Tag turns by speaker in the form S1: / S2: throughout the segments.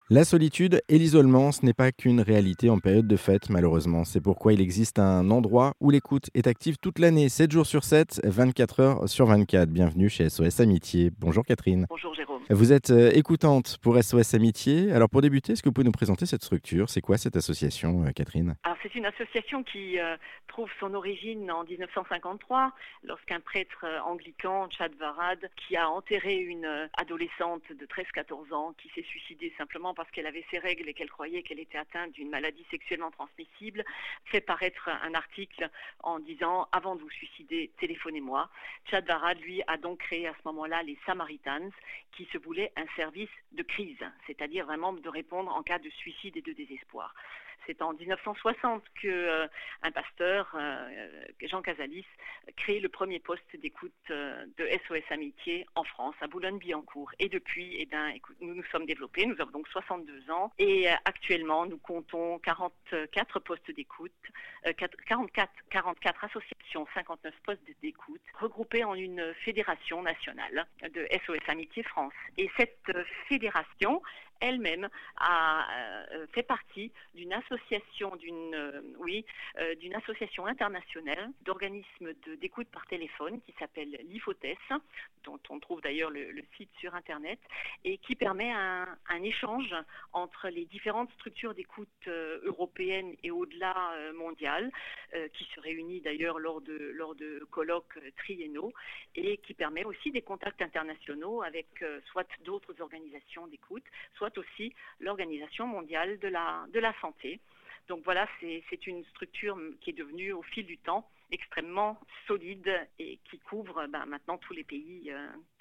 S1: La solitude et l'isolement, ce n'est pas qu'une réalité en période de fête, malheureusement. C'est pourquoi il existe un endroit où l'écoute est active toute l'année, 7 jours sur 7, 24 heures sur 24. Bienvenue chez SOS Amitié. Bonjour Catherine.
S2: Bonjour Jérôme.
S1: Vous êtes écoutante pour SOS Amitié. Alors pour débuter, est-ce que vous pouvez nous présenter cette structure? C'est quoi cette association, Catherine?
S2: Alors c'est une association qui trouve son origine en 1953 lorsqu'un prêtre anglican, Chad Varad, qui a enterré une adolescente de 13-14 ans qui s'est suicidée simplement parce qu'elle avait ses règles et qu'elle croyait qu'elle était atteinte d'une maladie sexuellement transmissible, fait paraître un article en disant « Avant de vous suicider, téléphonez-moi ». Chad Varad, lui, a donc créé à ce moment-là les Samaritans, qui se voulaient un service de crise, c'est-à-dire vraiment de répondre en cas de suicide et de désespoir. C'est en 1960 qu'un pasteur, Jean Casalis, crée le premier poste d'écoute de SOS Amitié en France, à Boulogne-Billancourt. Et depuis, nous nous sommes développés, nous avons donc 62 ans et actuellement nous comptons 44 postes d'écoute, 44 associations, 59 postes d'écoute, regroupés en une fédération nationale de SOS Amitié France. Et cette fédération elle-même fait partie d'une association, d'une association internationale d'organismes d'écoute par téléphone qui s'appelle l'IFOTES, dont on trouve d'ailleurs le site sur Internet, et qui permet un échange entre les différentes structures d'écoute européennes et au-delà mondiales, qui se réunissent d'ailleurs lors de colloques triennaux, et qui permet aussi des contacts internationaux avec soit d'autres organisations d'écoute, soit aussi l'Organisation mondiale de la santé. Donc voilà, c'est une structure qui est devenue au fil du temps extrêmement solide et qui couvre maintenant tous les pays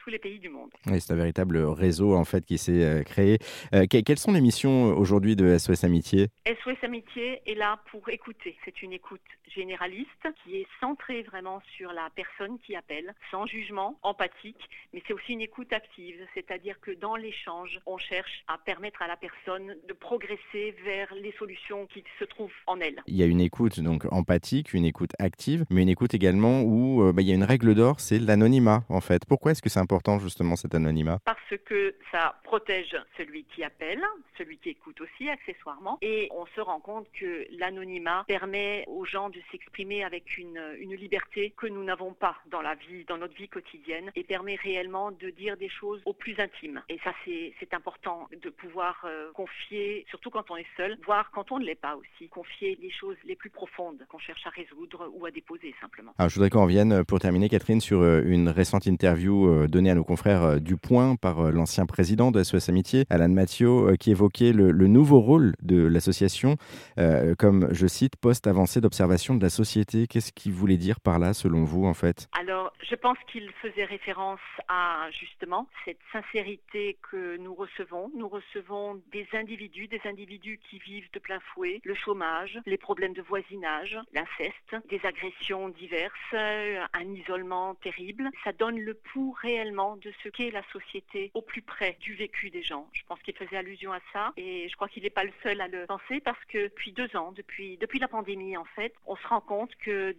S2: du monde.
S1: Oui, c'est un véritable réseau en fait qui s'est créé. Quelles sont les missions aujourd'hui de SOS Amitié?
S2: SOS Amitié est là pour écouter. C'est une écoute généraliste qui est centrée vraiment sur la personne qui appelle, sans jugement, empathique, mais c'est aussi une écoute active, c'est-à-dire que dans l'échange, on cherche à permettre à la personne de progresser vers les solutions qui se trouvent en elle.
S1: Il y a une écoute donc empathique, une écoute active, mais une écoute également où il y a une règle d'or, c'est l'anonymat en fait. Pourquoi est-ce que c'est important justement cet anonymat?
S2: Parce que ça protège celui qui appelle, celui qui écoute aussi accessoirement, et on se rend compte que l'anonymat permet aux gens de s'exprimer avec une liberté que nous n'avons pas dans notre vie quotidienne, et permet réellement de dire des choses au plus intimes. Et ça c'est important de pouvoir confier, surtout quand on est seul, voire quand on ne l'est pas aussi, confier les choses les plus profondes qu'on cherche à résoudre ou à déposer simplement.
S1: Alors, je voudrais qu'on revienne pour terminer, Catherine, sur une récente interview donnée à nos confrères du Point par l'ancien président de SOS Amitié, Alan Mathieu, qui évoquait le nouveau rôle de l'association comme, je cite, poste avancé d'observation de la société. Qu'est-ce qu'il voulait dire par là, selon vous, en fait?
S2: Alors, je pense qu'il faisait référence à, justement, cette sincérité que nous recevons. Nous recevons des individus qui vivent de plein fouet le chômage, les problèmes de voisinage, l'inceste, des agressions diverses, un isolement terrible. Ça donne le pouls réellement de ce qu'est la société au plus près du vécu des gens. Je pense qu'il faisait allusion à ça et je crois qu'il n'est pas le seul à le penser parce que depuis 2 ans, depuis la pandémie en fait, on se rend compte que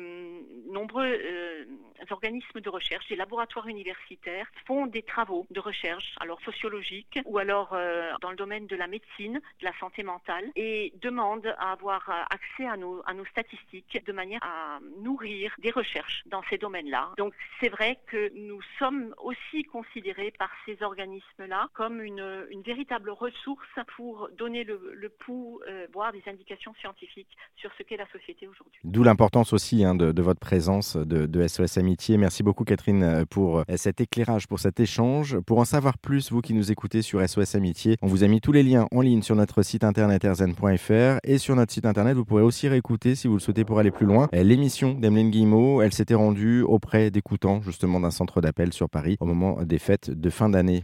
S2: de nombreux organismes de recherche, des laboratoires universitaires font des travaux de recherche, alors sociologiques ou alors dans le domaine de la médecine, de la santé mentale et demandent à avoir accès à nos statistiques de manière à nourrir des recherches dans ces domaines-là. Donc c'est vrai que nous sommes aussi considérés par ces organismes-là comme une véritable ressource pour donner le pouls, voire des indications scientifiques sur ce qu'est la société aujourd'hui.
S1: D'où l'importance aussi de votre présence de SOS Amitié. Merci beaucoup Catherine pour cet éclairage, pour cet échange. Pour en savoir plus, vous qui nous écoutez sur SOS Amitié, on vous a mis tous les liens en ligne sur notre site internet erzen.fr et sur notre site internet, vous pourrez aussi réécouter si vous le souhaitez pour aller plus loin. L'émission d'Emeline Guillemot, elle s'était rendue auprès d'écoutants justement d'un centre d'appel sur Paris au moment des fêtes de fin d'année.